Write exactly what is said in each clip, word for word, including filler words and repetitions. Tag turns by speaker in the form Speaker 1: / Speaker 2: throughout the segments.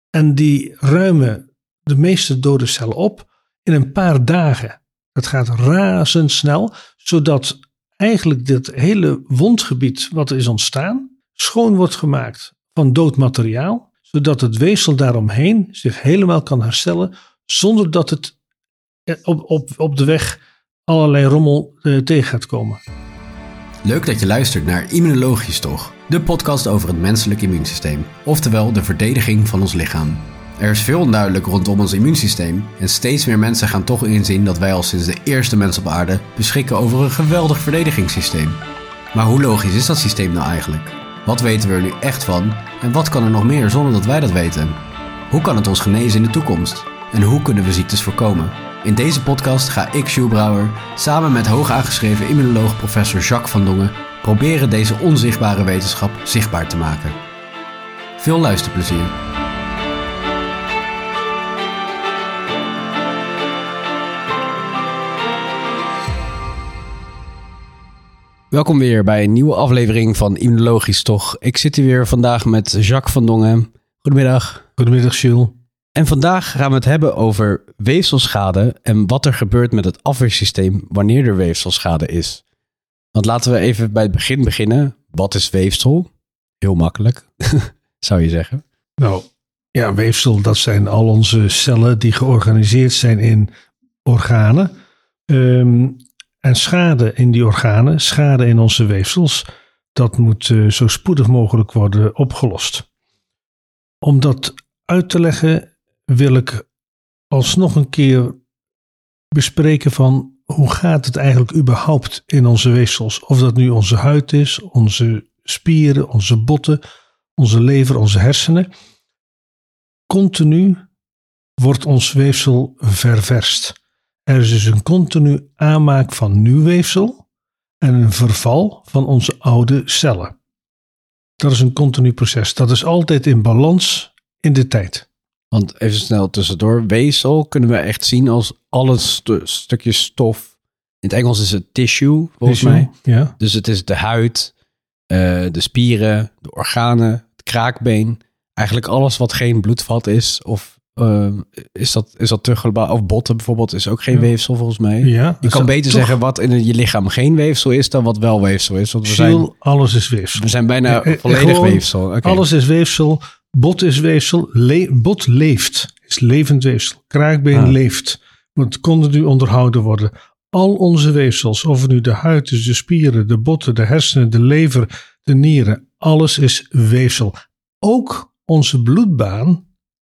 Speaker 1: En die ruimen de meeste dode cellen op in een paar dagen. Dat gaat razendsnel, zodat eigenlijk dit hele wondgebied wat er is ontstaan, schoon wordt gemaakt van dood materiaal, zodat het weefsel daaromheen zich helemaal kan herstellen, zonder dat het op, op, op de weg allerlei rommel uh, tegen gaat komen.
Speaker 2: Leuk dat je luistert naar Immunologisch Toch, de podcast over het menselijk immuunsysteem, oftewel de verdediging van ons lichaam. Er is veel onduidelijk rondom ons immuunsysteem en steeds meer mensen gaan toch inzien dat wij al sinds de eerste mens op aarde beschikken over een geweldig verdedigingssysteem. Maar hoe logisch is dat systeem nou eigenlijk? Wat weten we er nu echt van en wat kan er nog meer zonder dat wij dat weten? Hoe kan het ons genezen in de toekomst? En hoe kunnen we ziektes voorkomen? In deze podcast ga ik, Jules Brouwer, samen met hoog aangeschreven immunoloog professor Jacques van Dongen proberen deze onzichtbare wetenschap zichtbaar te maken. Veel luisterplezier. Welkom weer bij een nieuwe aflevering van Immunologisch Toch. Ik zit hier weer vandaag met Jacques van Dongen. Goedemiddag.
Speaker 1: Goedemiddag, Jules.
Speaker 2: En vandaag gaan we het hebben over weefselschade en wat er gebeurt met het afweersysteem wanneer er weefselschade is. Want laten we even bij het begin beginnen. Wat is weefsel? Heel makkelijk, zou je zeggen.
Speaker 1: Nou, ja, weefsel, dat zijn al onze cellen die georganiseerd zijn in organen. Um, en schade in die organen, schade in onze weefsels, dat moet uh, zo spoedig mogelijk worden opgelost. Om dat uit te leggen wil ik alsnog een keer bespreken van hoe gaat het eigenlijk überhaupt in onze weefsels. Of dat nu onze huid is, onze spieren, onze botten, onze lever, onze hersenen. Continu wordt ons weefsel ververst. Er is dus een continu aanmaak van nieuw weefsel en een verval van onze oude cellen. Dat is een continu proces. Dat is altijd in balans in de tijd.
Speaker 2: Want even snel tussendoor, weefsel kunnen we echt zien als alle st- stukjes stof. In het Engels is het tissue, volgens
Speaker 1: tissue,
Speaker 2: mij.
Speaker 1: Ja.
Speaker 2: Dus het is de huid, uh, de spieren, de organen, het kraakbeen. Eigenlijk alles wat geen bloedvat is. Of uh, is dat, is dat teruggebouwd? Of botten bijvoorbeeld is ook geen ja. weefsel volgens mij.
Speaker 1: Ja,
Speaker 2: je kan beter toch zeggen wat in je lichaam geen weefsel is dan wat wel weefsel is. Want we
Speaker 1: Ziel,
Speaker 2: zijn,
Speaker 1: alles is weefsel.
Speaker 2: We zijn bijna
Speaker 1: eh, eh,
Speaker 2: volledig
Speaker 1: gewoon,
Speaker 2: weefsel. Okay.
Speaker 1: Alles is weefsel. Bot is weefsel. Le- bot leeft. Is levend weefsel. Kraakbeen ah. leeft. Moet continu onderhouden worden. Al onze weefsels, of het nu de huid is, de spieren, de botten, de hersenen, de lever, de nieren. Alles is weefsel. Ook onze bloedbaan,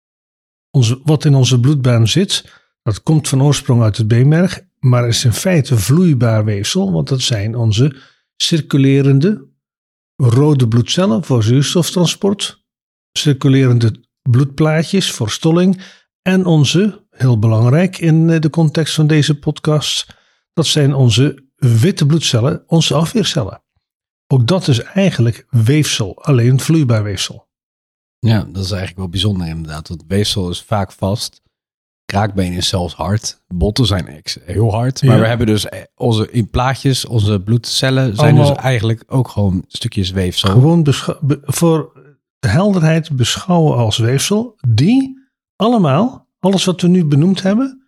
Speaker 1: onze, wat in onze bloedbaan zit, dat komt van oorsprong uit het beenmerg, maar is in feite vloeibaar weefsel, want dat zijn onze circulerende rode bloedcellen voor zuurstoftransport, circulerende bloedplaatjes voor stolling en onze, heel belangrijk in de context van deze podcast, dat zijn onze witte bloedcellen, onze afweercellen. Ook dat is eigenlijk weefsel, alleen vloeibaar weefsel.
Speaker 2: Ja, dat is eigenlijk wel bijzonder inderdaad, want weefsel is vaak vast. Kraakbeen is zelfs hard. Botten zijn heel hard. Maar ja. we hebben dus onze in plaatjes, onze bloedcellen zijn Allemaal, dus eigenlijk ook gewoon stukjes weefsel.
Speaker 1: Gewoon beschou- be- voor de helderheid beschouwen als weefsel, die allemaal, alles wat we nu benoemd hebben,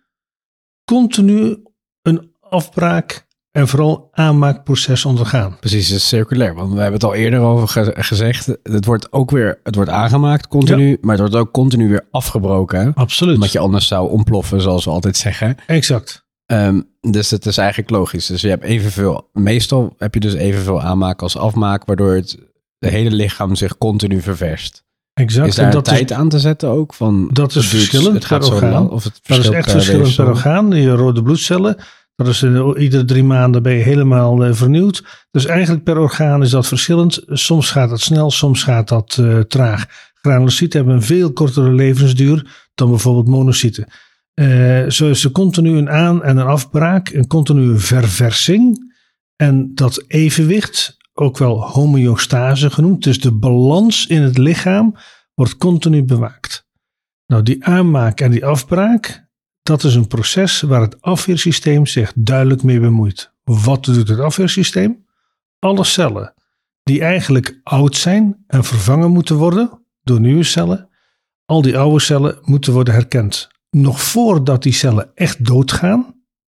Speaker 1: continu een afbraak en vooral aanmaakproces ondergaan.
Speaker 2: Precies, het is circulair. Want we hebben het al eerder over ge- gezegd. Het wordt ook weer, het wordt aangemaakt continu, ja. maar het wordt ook continu weer afgebroken. Hè?
Speaker 1: Absoluut.
Speaker 2: Omdat je anders zou ontploffen, zoals we altijd zeggen.
Speaker 1: Exact.
Speaker 2: Um, dus het is eigenlijk logisch. Dus je hebt evenveel, meestal heb je dus evenveel aanmaak als afmaak, waardoor het de hele lichaam zich continu ververst.
Speaker 1: Exact.
Speaker 2: Is daar
Speaker 1: en dat
Speaker 2: een tijd
Speaker 1: is,
Speaker 2: aan te zetten ook? Van,
Speaker 1: dat is verschillend
Speaker 2: het gaat
Speaker 1: per
Speaker 2: zo
Speaker 1: orgaan.
Speaker 2: lang, of het
Speaker 1: dat is echt verschillend weefsel. Per orgaan. Je rode bloedcellen, dat is uh, iedere drie maanden ben je helemaal uh, vernieuwd. Dus eigenlijk per orgaan is dat verschillend. Soms gaat dat snel, soms gaat dat uh, traag. Granulocyten hebben een veel kortere levensduur dan bijvoorbeeld monocyten. Uh, zo is er continu een aan- en een afbraak, een continue verversing. En dat evenwicht, ook wel homeostase genoemd, dus de balans in het lichaam, wordt continu bewaakt. Nou, die aanmaak en die afbraak, dat is een proces waar het afweersysteem zich duidelijk mee bemoeit. Wat doet het afweersysteem? Alle cellen die eigenlijk oud zijn en vervangen moeten worden door nieuwe cellen, al die oude cellen moeten worden herkend. Nog voordat die cellen echt doodgaan,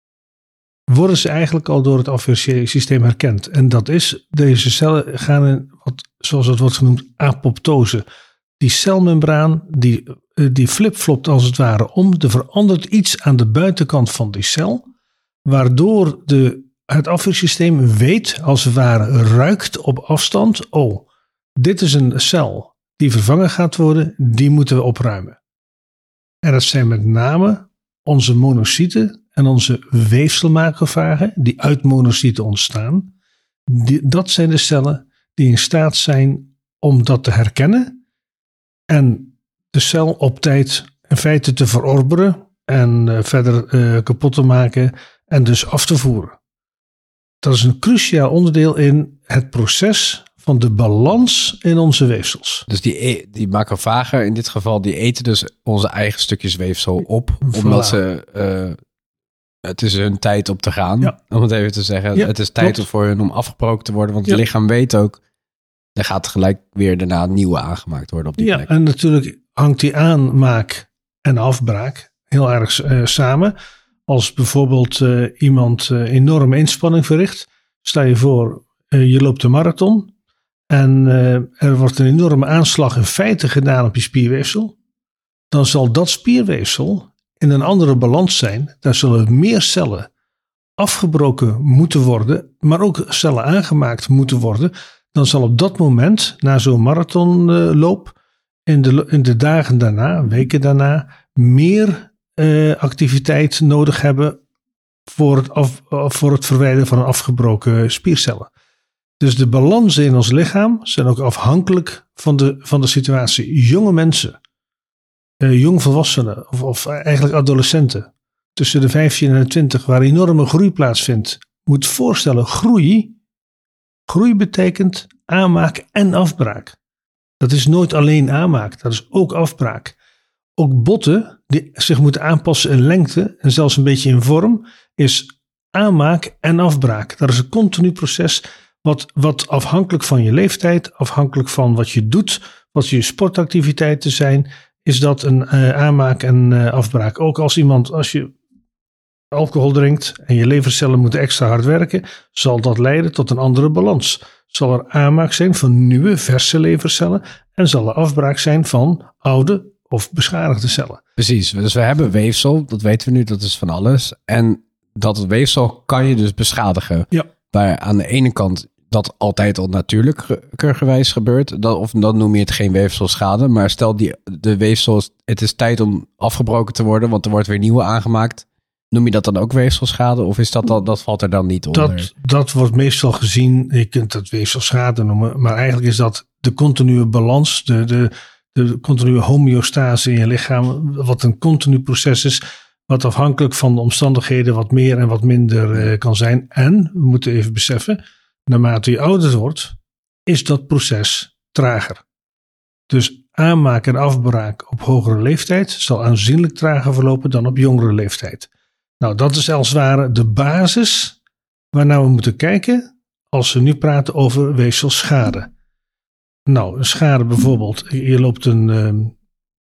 Speaker 1: worden ze eigenlijk al door het afweersysteem herkend. En dat is, deze cellen gaan in, wat, zoals het wordt genoemd, apoptose. Die celmembraan, die, die flipflopt als het ware om. Er verandert iets aan de buitenkant van die cel, waardoor de, het afweersysteem weet, als het ware ruikt op afstand, oh, dit is een cel die vervangen gaat worden, die moeten we opruimen. En dat zijn met name onze monocyten en onze weefselmacrofagen, die uit monocyten ontstaan. Die, dat zijn de cellen die in staat zijn om dat te herkennen en de cel op tijd in feite te verorberen en uh, verder uh, kapot te maken en dus af te voeren. Dat is een cruciaal onderdeel in het proces van de balans in onze weefsels.
Speaker 2: Dus die, die macrofagen in dit geval, die eten dus onze eigen stukjes weefsel op. Voilà. Omdat ze, uh, het is hun tijd om te gaan. Ja. Om het even te zeggen. Ja, het is tijd klopt. voor hun om afgebroken te worden. Want ja. het lichaam weet ook, er gaat gelijk weer daarna nieuwe aangemaakt worden op die
Speaker 1: ja,
Speaker 2: plek.
Speaker 1: En natuurlijk hangt die aanmaak en afbraak heel erg uh, samen. Als bijvoorbeeld uh, iemand uh, enorme inspanning verricht. Stel je voor, uh, je loopt een marathon. En uh, er wordt een enorme aanslag in feite gedaan op je spierweefsel. Dan zal dat spierweefsel in een andere balans zijn. Daar zullen meer cellen afgebroken moeten worden. Maar ook cellen aangemaakt moeten worden. Dan zal op dat moment, na zo'n marathonloop, in de, in de dagen daarna, weken daarna, meer uh, activiteit nodig hebben voor het, af, voor het verwijderen van afgebroken spiercellen. Dus de balansen in ons lichaam zijn ook afhankelijk van de, van de situatie. Jonge mensen, uh, jongvolwassenen of, of eigenlijk adolescenten tussen de vijftien en de twintig, waar enorme groei plaatsvindt, moet voorstellen, groei, groei betekent aanmaak en afbraak. Dat is nooit alleen aanmaak, dat is ook afbraak. Ook botten die zich moeten aanpassen in lengte en zelfs een beetje in vorm, is aanmaak en afbraak. Dat is een continu proces wat, wat afhankelijk van je leeftijd, afhankelijk van wat je doet, wat je sportactiviteiten zijn, is dat een uh, aanmaak en uh, afbraak. Ook als iemand, als je alcohol drinkt en je levercellen moeten extra hard werken, zal dat leiden tot een andere balans. Zal er aanmaak zijn van nieuwe, verse levercellen en zal er afbraak zijn van oude of beschadigde cellen.
Speaker 2: Precies, dus we hebben weefsel, dat weten we nu, dat is van alles. En dat weefsel kan je dus beschadigen.
Speaker 1: Ja.
Speaker 2: Waar aan de ene kant dat altijd al natuurlijkergewijs gebeurt, dat, of dan noem je het geen weefselschade, maar stel die, de weefsel, het is tijd om afgebroken te worden, want er wordt weer nieuwe aangemaakt. Noem je dat dan ook weefselschade of is dat, dat, dat valt er dan niet onder?
Speaker 1: Dat, dat wordt meestal gezien, je kunt het weefselschade noemen, maar eigenlijk is dat de continue balans, de, de, de continue homeostase in je lichaam, wat een continu proces is, wat afhankelijk van de omstandigheden wat meer en wat minder uh, kan zijn. En, we moeten even beseffen, naarmate je ouder wordt, is dat proces trager. Dus aanmaak en afbraak op hogere leeftijd zal aanzienlijk trager verlopen dan op jongere leeftijd. Nou, dat is als het ware de basis waarnaar we moeten kijken als we nu praten over weefselschade. Nou, een schade bijvoorbeeld, je loopt een, um,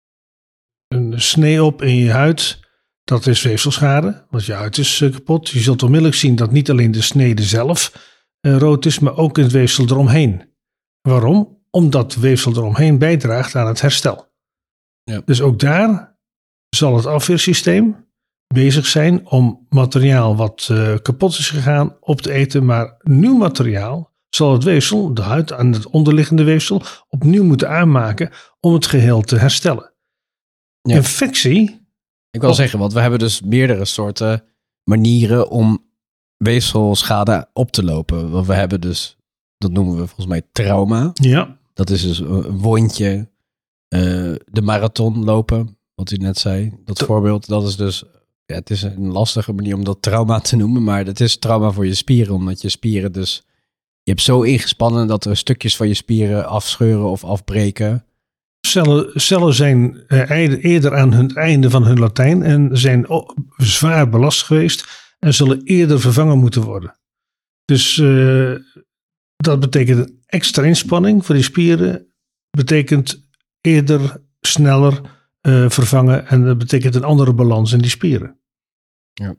Speaker 1: een snee op in je huid, dat is weefselschade, want je huid is uh, kapot. Je zult onmiddellijk zien dat niet alleen de snede zelf uh, rood is, maar ook het weefsel eromheen. Waarom? Omdat het weefsel eromheen bijdraagt aan het herstel. Ja. Dus ook daar zal het afweersysteem bezig zijn om materiaal wat uh, kapot is gegaan op te eten, maar nieuw materiaal zal het weefsel, de huid en het onderliggende weefsel, opnieuw moeten aanmaken om het geheel te herstellen. Ja. Infectie.
Speaker 2: Ik wil op, zeggen, want we hebben dus meerdere soorten manieren om weefselschade op te lopen. Want we hebben dus, dat noemen we volgens mij trauma.
Speaker 1: Ja.
Speaker 2: Dat is dus een wondje, uh, de marathon lopen, wat u net zei. Dat T- voorbeeld, dat is dus, ja, het is een lastige manier om dat trauma te noemen, maar het is trauma voor je spieren, omdat je spieren dus, je hebt zo ingespannen dat er stukjes van je spieren afscheuren of afbreken.
Speaker 1: Cellen, cellen zijn uh, eerder aan het einde van hun Latijn en zijn o- zwaar belast geweest en zullen eerder vervangen moeten worden. Dus uh, dat betekent extra inspanning voor die spieren, betekent eerder sneller uh, vervangen. En dat betekent een andere balans in die spieren.
Speaker 3: Ja.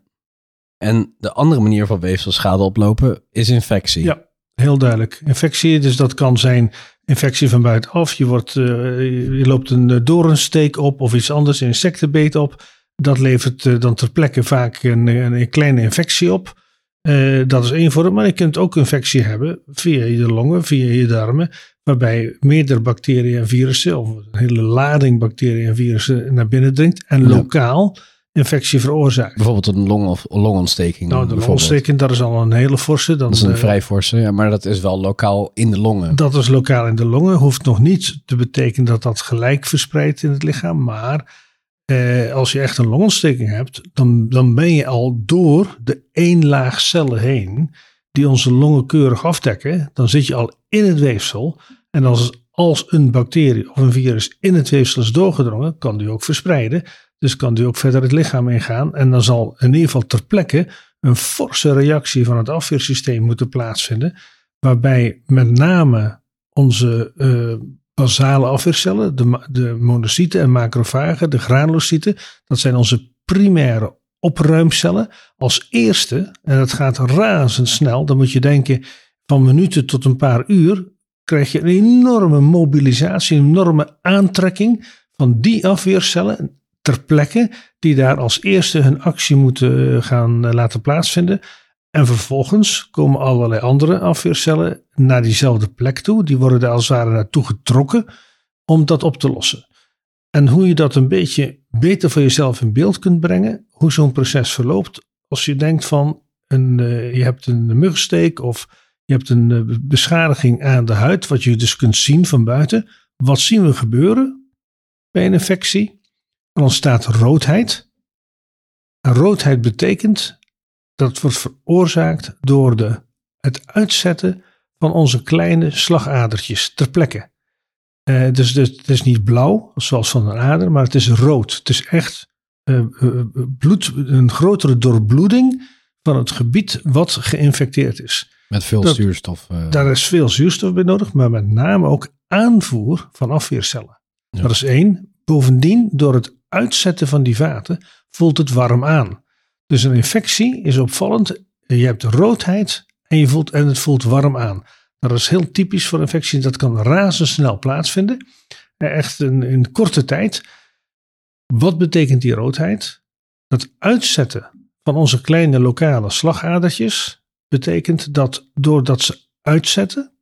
Speaker 3: En de andere manier van weefselschade oplopen is infectie.
Speaker 1: Ja, heel duidelijk. Infectie, dus dat kan zijn infectie van buitenaf. Je, wordt, uh, je loopt een doornsteek op of iets anders, een insectenbeet op. Dat levert uh, dan ter plekke vaak een, een kleine infectie op. Uh, dat is één vorm, maar je kunt ook infectie hebben via je longen, via je darmen, waarbij meerdere bacteriën en virussen, of een hele lading bacteriën en virussen naar binnen dringt en ja. lokaal infectie veroorzaakt.
Speaker 3: Bijvoorbeeld een long- of longontsteking.
Speaker 1: Nou, de longontsteking, dat is al een hele forse. Dan,
Speaker 3: dat is een
Speaker 1: uh,
Speaker 3: vrij forse, ja, maar dat is wel lokaal in de longen.
Speaker 1: Dat is lokaal in de longen. Hoeft nog niet te betekenen dat dat gelijk verspreidt in het lichaam, maar Eh, als je echt een longontsteking hebt, dan, dan ben je al door de één laag cellen heen die onze longen keurig afdekken. Dan zit je al in het weefsel. En als, als een bacterie of een virus in het weefsel is doorgedrongen, kan die ook verspreiden. Dus kan die ook verder het lichaam ingaan. En dan zal in ieder geval ter plekke een forse reactie van het afweersysteem moeten plaatsvinden. Waarbij met name onze uh, basale afweercellen, de, de monocyten en macrofagen, de granulocyten, dat zijn onze primaire opruimcellen. Als eerste, en dat gaat razendsnel, dan moet je denken van minuten tot een paar uur, krijg je een enorme mobilisatie, een enorme aantrekking van die afweercellen ter plekke, die daar als eerste hun actie moeten gaan laten plaatsvinden. En vervolgens komen allerlei andere afweercellen naar diezelfde plek toe. Die worden daar als het ware naartoe getrokken om dat op te lossen. En hoe je dat een beetje beter voor jezelf in beeld kunt brengen, hoe zo'n proces verloopt. Als je denkt van, een, uh, je hebt een muggensteek of je hebt een uh, beschadiging aan de huid, wat je dus kunt zien van buiten. Wat zien we gebeuren bij een infectie? Er ontstaat roodheid. En roodheid betekent dat wordt veroorzaakt door de, het uitzetten van onze kleine slagadertjes ter plekke. Uh, dus, dus het is niet blauw, zoals van een ader, maar het is rood. Het is echt uh, uh, bloed, een grotere doorbloeding van het gebied wat geïnfecteerd is.
Speaker 3: Met veel dat, zuurstof. Uh...
Speaker 1: Daar is veel zuurstof bij nodig, maar met name ook aanvoer van afweercellen. Ja. Dat is één. Bovendien, door het uitzetten van die vaten, voelt het warm aan. Dus een infectie is opvallend. Je hebt roodheid en, je voelt, en het voelt warm aan. Dat is heel typisch voor infecties. Dat kan razendsnel plaatsvinden. Echt in, in korte tijd. Wat betekent die roodheid? Het uitzetten van onze kleine lokale slagadertjes betekent dat doordat ze uitzetten,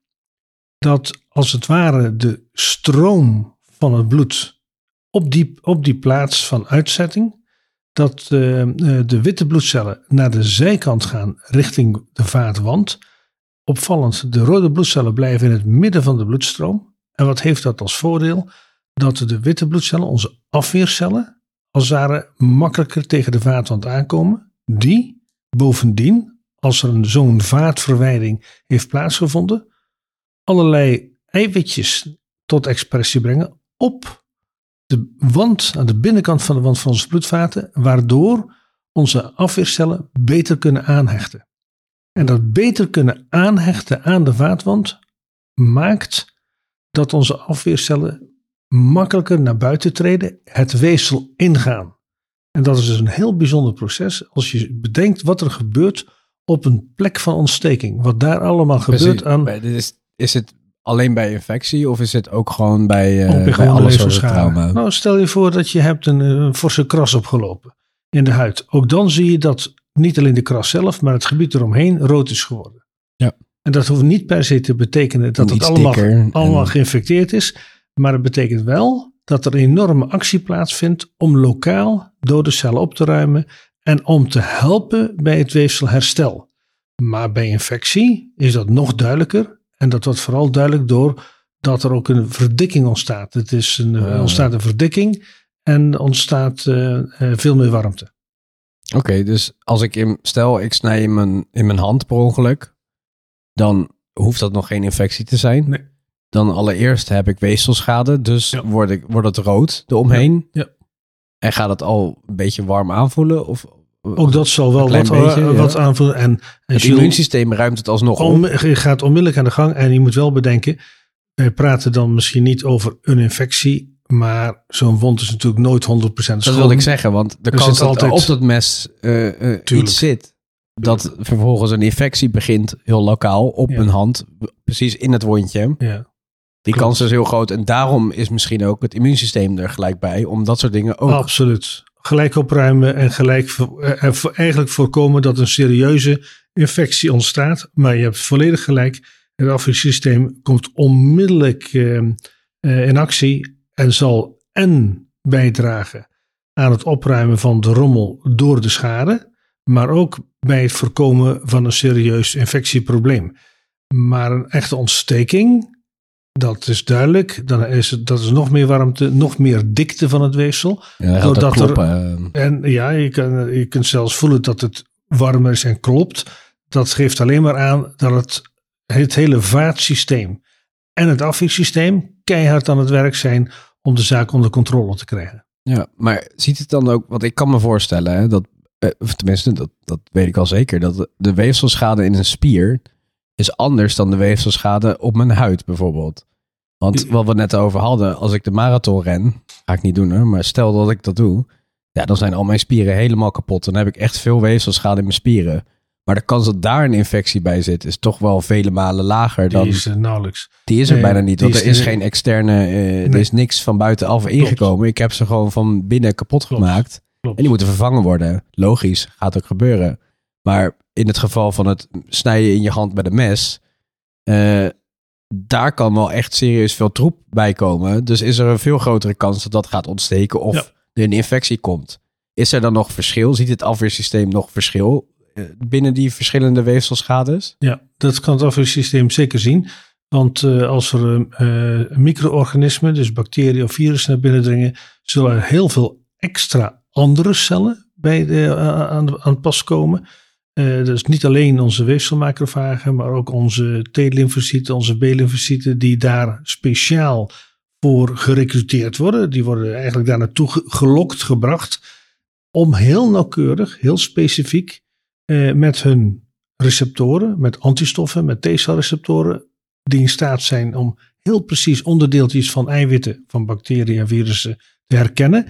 Speaker 1: dat als het ware de stroom van het bloed op die, op die plaats van uitzetting, dat uh, de witte bloedcellen naar de zijkant gaan richting de vaatwand. Opvallend, de rode bloedcellen blijven in het midden van de bloedstroom. En wat heeft dat als voordeel? Dat de witte bloedcellen, onze afweercellen, als het ware makkelijker tegen de vaatwand aankomen. Die, bovendien, als er een, zo'n vaatverwijding heeft plaatsgevonden, allerlei eiwitjes tot expressie brengen op de wand, aan de binnenkant van de wand van onze bloedvaten, waardoor onze afweercellen beter kunnen aanhechten. En dat beter kunnen aanhechten aan de vaatwand maakt dat onze afweercellen makkelijker naar buiten treden, het weefsel ingaan. En dat is dus een heel bijzonder proces als je bedenkt wat er gebeurt op een plek van ontsteking. Wat daar allemaal gebeurt aan...
Speaker 3: Bij, is, is het alleen bij infectie of is het ook gewoon bij, uh, bij alles soort trauma?
Speaker 1: Nou, stel je voor dat je hebt een, een forse kras opgelopen in de huid. Ook dan zie je dat niet alleen de kras zelf, maar het gebied eromheen rood is geworden.
Speaker 3: Ja.
Speaker 1: En dat hoeft niet per se te betekenen dat het allemaal, allemaal en... geïnfecteerd is. Maar het betekent wel dat er een enorme actie plaatsvindt om lokaal dode cellen op te ruimen en om te helpen bij het weefselherstel. Maar bij infectie is dat nog duidelijker. En dat wordt vooral duidelijk door dat er ook een verdikking ontstaat. Het is een, ja. ontstaat een verdikking en ontstaat uh, uh, veel meer warmte.
Speaker 3: Oké, okay, dus als ik in, stel ik snij in mijn, in mijn hand per ongeluk, dan hoeft dat nog geen infectie te zijn.
Speaker 1: Nee.
Speaker 3: Dan allereerst heb ik weefselschade, dus ja. word ik, wordt het rood eromheen.
Speaker 1: Ja. Ja.
Speaker 3: En gaat het al een beetje warm aanvoelen? Of
Speaker 1: ook dat zal wel wat, beetje, uh, wat ja. aanvoelen. En, en
Speaker 3: het immuunsysteem ruimt het alsnog
Speaker 1: om, op. Je gaat onmiddellijk aan de gang en je moet wel bedenken, wij praten dan misschien niet over een infectie Maar zo'n wond is natuurlijk nooit honderd procent schoon.
Speaker 3: Dat wilde ik zeggen, want de
Speaker 1: Er
Speaker 3: kans
Speaker 1: zit
Speaker 3: dat
Speaker 1: altijd-
Speaker 3: op dat mes uh, uh, iets zit, dat vervolgens een infectie begint, heel lokaal, op
Speaker 1: Ja.
Speaker 3: een hand, precies in het wondje.
Speaker 1: Ja.
Speaker 3: Die
Speaker 1: Klopt.
Speaker 3: kans is heel groot. En daarom is misschien ook het immuunsysteem er gelijk bij, om dat soort dingen ook...
Speaker 1: Absoluut. Gelijk opruimen en gelijk voor, eh, voor- eigenlijk voorkomen dat een serieuze infectie ontstaat. Maar je hebt volledig gelijk. Het afweersysteem komt onmiddellijk eh, eh, in actie en zal en bijdragen aan het opruimen van de rommel door de schade, maar ook bij het voorkomen van een serieus infectieprobleem. Maar een echte ontsteking, dat is duidelijk. Dan is het, dat is nog meer warmte, nog meer dikte van het weefsel.
Speaker 3: Ja, dan gaat dat
Speaker 1: Doordat er-
Speaker 3: kloppen.
Speaker 1: En ja, je, kan, je kunt zelfs voelen dat het warmer is en klopt. Dat geeft alleen maar aan dat het, het hele vaatsysteem en het afweersysteem keihard aan het werk zijn om de zaak onder controle te krijgen.
Speaker 3: Ja, maar ziet het dan ook, want ik kan me voorstellen, hè, dat, eh, of tenminste, dat, dat weet ik al zeker, dat de, de weefselschade in een spier is anders dan de weefselschade op mijn huid bijvoorbeeld. Want wat we net over hadden, als ik de marathon ren, ga ik niet doen hoor, maar stel dat ik dat doe, ja, dan zijn al mijn spieren helemaal kapot. Dan heb ik echt veel weefselschade in mijn spieren. Maar de kans dat daar een infectie bij zit, is toch wel vele malen lager dan...
Speaker 1: Die is er nauwelijks.
Speaker 3: Die is er
Speaker 1: Nee,
Speaker 3: bijna niet,
Speaker 1: die
Speaker 3: want er
Speaker 1: is
Speaker 3: is
Speaker 1: er-
Speaker 3: geen externe, uh, er
Speaker 1: Nee.
Speaker 3: is niks van buitenaf ingekomen. Ik heb ze gewoon van binnen kapot
Speaker 1: Klopt.
Speaker 3: gemaakt.
Speaker 1: Klopt.
Speaker 3: En die moeten vervangen worden. Logisch, gaat ook gebeuren. Maar in het geval van het snijden in je hand met een mes, uh, daar kan wel echt serieus veel troep bij komen. Dus is er een veel grotere kans dat dat gaat ontsteken of
Speaker 1: Ja.
Speaker 3: er een infectie komt. Is er dan nog verschil? Ziet het afweersysteem nog verschil uh, binnen die verschillende weefselschades?
Speaker 1: Ja, dat kan het afweersysteem zeker zien. Want uh, als er uh, micro-organismen, dus bacteriën of virussen naar binnen dringen, zullen er heel veel extra andere cellen bij de, uh, aan, de, aan het pas komen. Uh, dus niet alleen onze weefselmacrofagen, maar ook onze T-lymfocyten, onze B-lymfocyten, die daar speciaal voor gerecruiteerd worden. Die worden eigenlijk daar naartoe ge- gelokt, gebracht, om heel nauwkeurig, heel specifiek uh, met hun receptoren, met antistoffen, met T-celreceptoren, die in staat zijn om heel precies onderdeeltjes van eiwitten van bacteriën en virussen te herkennen,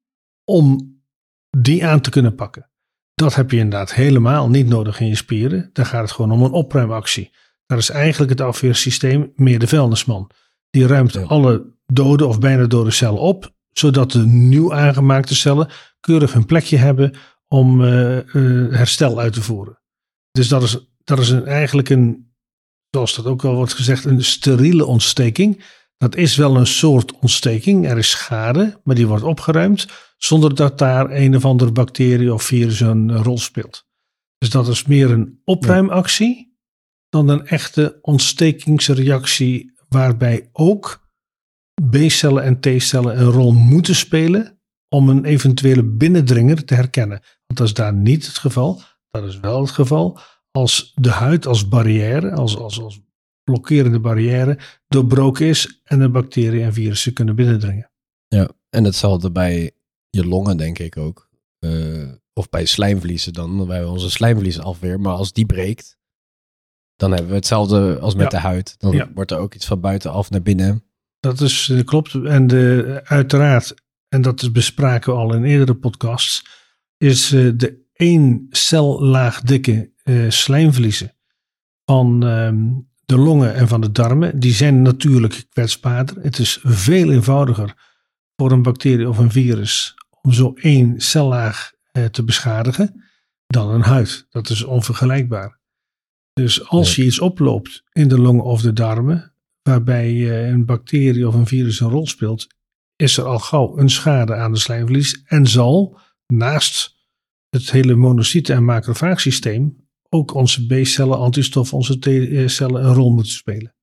Speaker 1: om die aan te kunnen pakken. Dat heb je inderdaad helemaal niet nodig in je spieren. Daar gaat het gewoon om een opruimactie. Daar is eigenlijk het afweersysteem meer de vuilnisman. Die ruimt
Speaker 3: Ja.
Speaker 1: alle dode of bijna dode cellen op, zodat de nieuw aangemaakte cellen keurig een plekje hebben om uh, uh, herstel uit te voeren. Dus dat is, dat is een, eigenlijk een, zoals dat ook al wordt gezegd, een steriele ontsteking. Dat is wel een soort ontsteking. Er is schade, maar die wordt opgeruimd zonder dat daar een of andere bacterie of virus een rol speelt. Dus dat is meer een opruimactie dan een echte ontstekingsreactie waarbij ook B-cellen en T-cellen een rol moeten spelen om een eventuele binnendringer te herkennen. Want dat is daar niet het geval. Dat is wel het geval als de huid als barrière, als, als, als blokkerende barrière, doorbroken is en de bacteriën en virussen kunnen binnendringen.
Speaker 3: Ja, en hetzelfde bij je longen, denk ik ook. Uh, of bij slijmvliezen dan. Wij hebben onze slijmvliesafweer. Maar als die breekt, dan hebben we hetzelfde als met
Speaker 1: Ja.
Speaker 3: de huid. Dan
Speaker 1: Ja.
Speaker 3: wordt er ook iets van buitenaf naar binnen.
Speaker 1: Dat is, uh, klopt. En de, uiteraard, en dat is bespraken we al in eerdere podcasts, is uh, de één cellaag dikke uh, slijmvliezen van um, de longen en van de darmen, die zijn natuurlijk kwetsbaarder. Het is veel eenvoudiger voor een bacterie of een virus om zo één cellaag uh, te beschadigen dan een huid. Dat is onvergelijkbaar. Dus als je iets oploopt in de longen of de darmen, waarbij uh, een bacterie of een virus een rol speelt, is er al gauw een schade aan de slijmvlies en zal naast het hele monocyten- en macrofaagsysteem ook onze B-cellen, antistoffen, onze T-cellen een rol moeten spelen.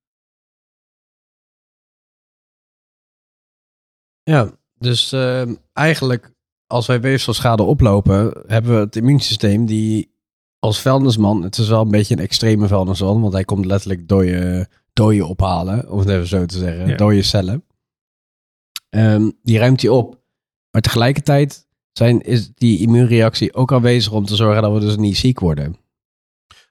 Speaker 3: Ja, dus uh, eigenlijk als wij weefselschade oplopen, hebben we het immuunsysteem die als vuilnisman, het is wel een beetje een extreme vuilnisman, want hij komt letterlijk dode, dode ophalen, om het even zo te zeggen,
Speaker 1: Ja.
Speaker 3: dode cellen. Um, die ruimt hij op. Maar tegelijkertijd zijn, is die immuunreactie ook aanwezig om te zorgen dat we dus niet ziek worden.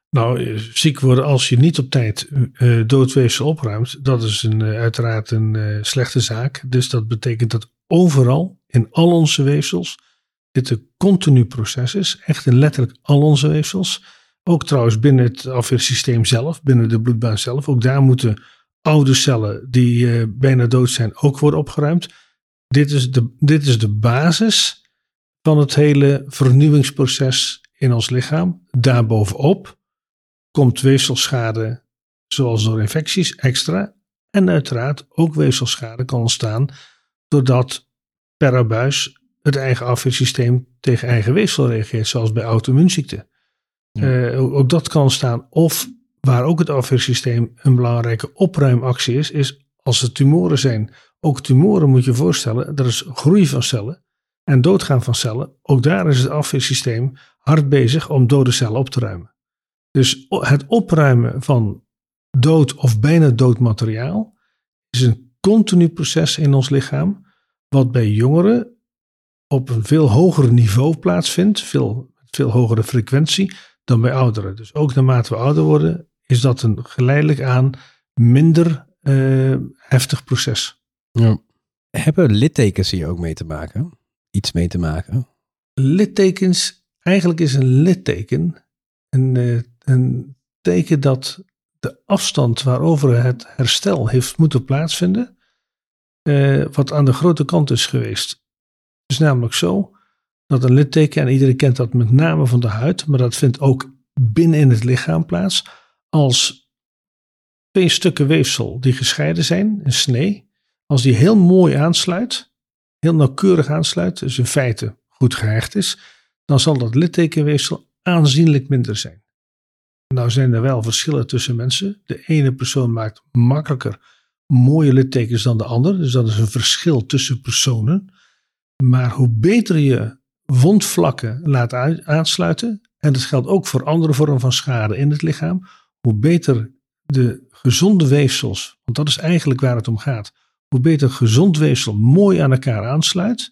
Speaker 1: Nou, ziek worden als je niet op tijd uh, doodweefsel opruimt, dat is een, uh, uiteraard een uh, slechte zaak. Dus dat betekent dat overal, in al onze weefsels, dit een continu proces is. Echt in letterlijk al onze weefsels. Ook trouwens binnen het afweersysteem zelf, binnen de bloedbaan zelf. Ook daar moeten oude cellen die uh, bijna dood zijn ook worden opgeruimd. Dit is, de, dit is de basis van het hele vernieuwingsproces in ons lichaam. Daarbovenop komt weefselschade, zoals door infecties, extra. En uiteraard ook weefselschade kan ontstaan doordat per abuis het eigen afweersysteem tegen eigen weefsel reageert, zoals bij auto-immuunziekten. Ja. Uh, ook dat kan ontstaan. Of waar ook het afweersysteem een belangrijke opruimactie is, is als er tumoren zijn. Ook tumoren moet je voorstellen, er is groei van cellen en doodgaan van cellen. Ook daar is het afweersysteem hard bezig om dode cellen op te ruimen. Dus het opruimen van dood of bijna dood materiaal is een continu proces in ons lichaam, wat bij jongeren op een veel hoger niveau plaatsvindt, veel, veel hogere frequentie dan bij ouderen. Dus ook naarmate we ouder worden, is dat een geleidelijk aan minder uh, heftig proces.
Speaker 3: Ja. Hebben littekens hier ook mee te maken? Iets mee te maken?
Speaker 1: Littekens, eigenlijk is een litteken een, uh, een teken dat de afstand waarover het herstel heeft moeten plaatsvinden, uh, wat aan de grote kant is geweest. Het is namelijk zo dat een litteken, en iedereen kent dat met name van de huid, maar dat vindt ook binnen in het lichaam plaats, als twee stukken weefsel die gescheiden zijn, een snee, als die heel mooi aansluit, heel nauwkeurig aansluit, dus in feite goed gehecht is, dan zal dat littekenweefsel aanzienlijk minder zijn. Nou zijn er wel verschillen tussen mensen. De ene persoon maakt makkelijker mooie littekens dan de ander, dus dat is een verschil tussen personen. Maar hoe beter je wondvlakken laat aansluiten, en dat geldt ook voor andere vormen van schade in het lichaam, hoe beter de gezonde weefsels, want dat is eigenlijk waar het om gaat, hoe beter gezond weefsel mooi aan elkaar aansluit,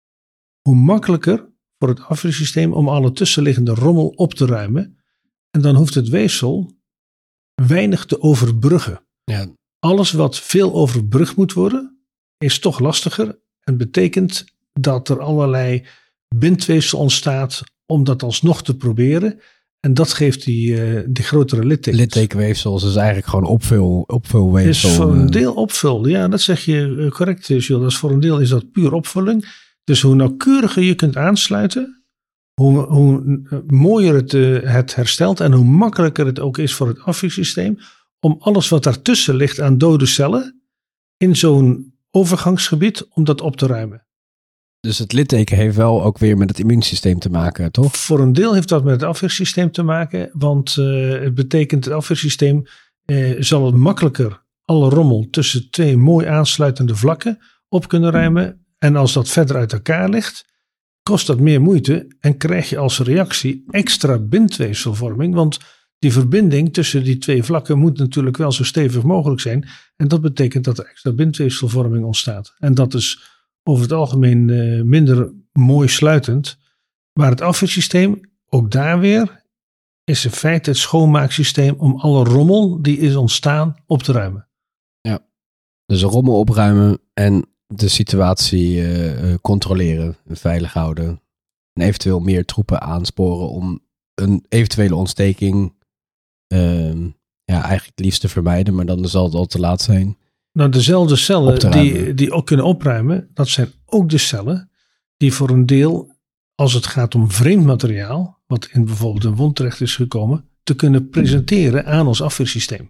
Speaker 1: hoe makkelijker voor het afweersysteem om alle tussenliggende rommel op te ruimen. En dan hoeft het weefsel weinig te overbruggen.
Speaker 3: Ja.
Speaker 1: Alles wat veel overbrugd moet worden, is toch lastiger en betekent dat er allerlei bindweefsel ontstaat om dat alsnog te proberen. En dat geeft die, uh, die grotere littekens.
Speaker 3: Littekenweefsel is eigenlijk gewoon opvul, opvulweefsel.
Speaker 1: Is voor een deel opvul. Ja, dat zeg je correct, Jules. Dat is voor een deel is dat puur opvulling. Dus hoe nauwkeuriger je kunt aansluiten, hoe, hoe mooier het, uh, het herstelt en hoe makkelijker het ook is voor het afweersysteem om alles wat daartussen ligt aan dode cellen in zo'n overgangsgebied om dat op te ruimen.
Speaker 3: Dus het litteken heeft wel ook weer met het immuunsysteem te maken, toch?
Speaker 1: Voor een deel heeft dat met het afweersysteem te maken, want uh, het betekent het afweersysteem uh, zal het makkelijker alle rommel tussen twee mooi aansluitende vlakken op kunnen ruimen. En als dat verder uit elkaar ligt, kost dat meer moeite en krijg je als reactie extra bindweefselvorming, want die verbinding tussen die twee vlakken moet natuurlijk wel zo stevig mogelijk zijn. En dat betekent dat er extra bindweefselvorming ontstaat. En dat is over het algemeen uh, minder mooi sluitend. Maar het afweersysteem, ook daar weer, is in feite het schoonmaaksysteem om alle rommel die is ontstaan op te ruimen.
Speaker 3: Ja, dus rommel opruimen en de situatie uh, controleren, veilig houden. En eventueel meer troepen aansporen om een eventuele ontsteking uh, ja, eigenlijk het liefst te vermijden. Maar dan zal het al te laat zijn.
Speaker 1: Nou, dezelfde cellen die, die ook kunnen opruimen, dat zijn ook de cellen die voor een deel, als het gaat om vreemd materiaal, wat in bijvoorbeeld een wond terecht is gekomen, te kunnen presenteren aan ons afweersysteem.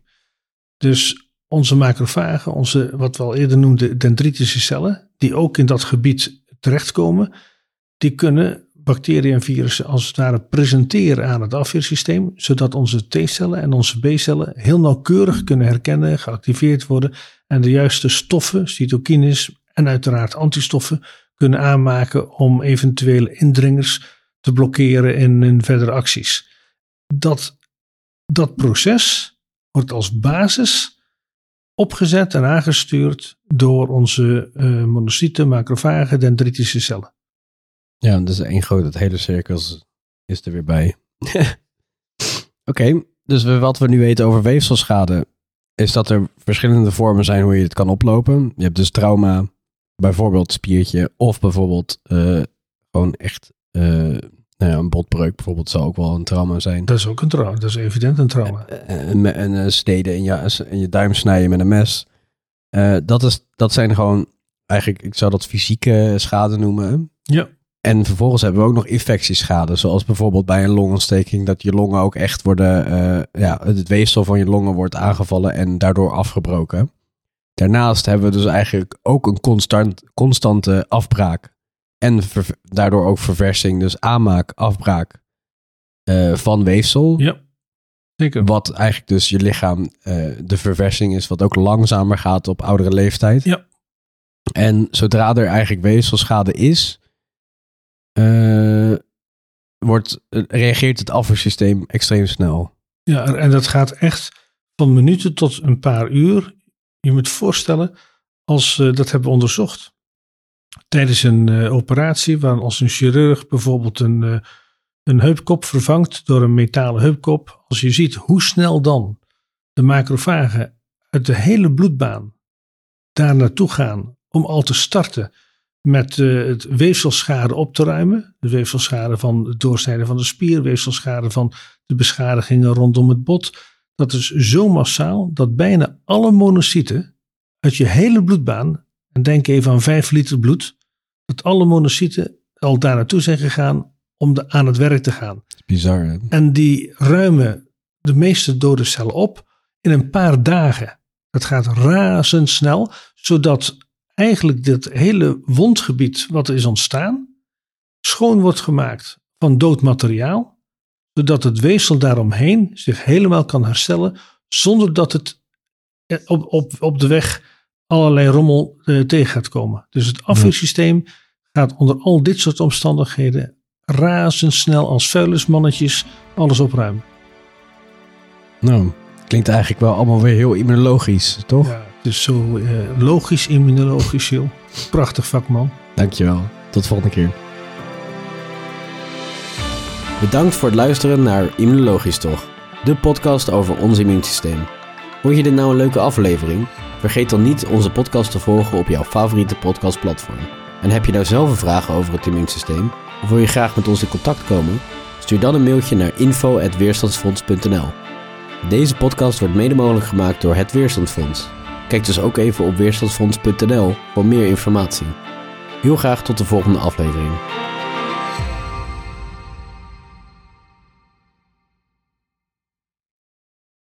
Speaker 1: Dus onze macrofagen, onze wat we al eerder noemden dendritische cellen, die ook in dat gebied terechtkomen, die kunnen bacteriën en virussen als het ware presenteren aan het afweersysteem, zodat onze T-cellen en onze B-cellen heel nauwkeurig kunnen herkennen, geactiveerd worden en de juiste stoffen, cytokines en uiteraard antistoffen kunnen aanmaken om eventuele indringers te blokkeren in hun verdere acties. Dat, dat proces wordt als basis opgezet en aangestuurd door onze uh, monocyten, macrofagen, dendritische cellen.
Speaker 3: Ja, dus één groot, het hele cirkel is er weer bij. Oké, okay. dus we, wat we nu weten over weefselschade is dat er verschillende vormen zijn hoe je het kan oplopen. Je hebt dus trauma, bijvoorbeeld spiertje of bijvoorbeeld uh, gewoon echt uh, nou ja, een botbreuk bijvoorbeeld zou ook wel een trauma zijn.
Speaker 1: Dat is ook een trauma, dat is evident een trauma.
Speaker 3: En uh, uh, uh, snede in je, in je duim snijden met een mes. Uh, dat, is, dat zijn gewoon eigenlijk, ik zou dat fysieke schade noemen.
Speaker 1: Ja.
Speaker 3: En vervolgens hebben we ook nog infectieschade. Zoals bijvoorbeeld bij een longontsteking. Dat je longen ook echt worden... Uh, ja, het weefsel van je longen wordt aangevallen en daardoor afgebroken. Daarnaast hebben we dus eigenlijk ook een constant, constante afbraak. En ver, daardoor ook verversing. Dus aanmaak, afbraak uh, van weefsel.
Speaker 1: Ja, zeker.
Speaker 3: Wat eigenlijk dus je lichaam uh, de verversing is. Wat ook langzamer gaat op oudere leeftijd.
Speaker 1: Ja.
Speaker 3: En zodra er eigenlijk weefselschade is... Uh, wordt, uh, reageert het afweersysteem extreem snel.
Speaker 1: Ja, en dat gaat echt van minuten tot een paar uur. Je moet voorstellen, als uh, dat hebben we onderzocht. Tijdens een uh, operatie, waar als een chirurg bijvoorbeeld een, uh, een heupkop vervangt door een metalen heupkop. Als je ziet hoe snel dan de macrofagen uit de hele bloedbaan daar naartoe gaan om al te starten met uh, het weefselschade op te ruimen. De weefselschade van het doorsnijden van de spier, weefselschade van de beschadigingen rondom het bot. Dat is zo massaal dat bijna alle monocyten uit je hele bloedbaan, en denk even aan vijf liter bloed, dat alle monocyten al daar naartoe zijn gegaan om de, aan het werk te gaan.
Speaker 3: Dat is bizar, hè?
Speaker 1: En die ruimen de meeste dode cellen op in een paar dagen. Dat gaat razendsnel, zodat eigenlijk dit hele wondgebied wat er is ontstaan, schoon wordt gemaakt van dood materiaal, zodat het weefsel daaromheen zich helemaal kan herstellen, zonder dat het op, op, op de weg allerlei rommel uh, tegen gaat komen. Dus het afweersysteem gaat onder al dit soort omstandigheden razendsnel als vuilnismannetjes alles opruimen.
Speaker 3: Nou, klinkt eigenlijk wel allemaal weer heel immunologisch, toch?
Speaker 1: Ja, het is zo uh, logisch, immunologisch, joh. Prachtig vak, man.
Speaker 3: Dankjewel. Tot de volgende keer.
Speaker 2: Bedankt voor het luisteren naar Immunologisch Toch, de podcast over ons immuunsysteem. Vond je dit nou een leuke aflevering? Vergeet dan niet onze podcast te volgen op jouw favoriete podcastplatform. En heb je nou zelf een vraag over het immuunsysteem? Of wil je graag met ons in contact komen? Stuur dan een mailtje naar info at weerstandsfonds punt n l. Deze podcast wordt mede mogelijk gemaakt door het Weerstandsfonds. Kijk dus ook even op weerstandsfonds punt n l voor meer informatie. Heel graag tot de volgende aflevering.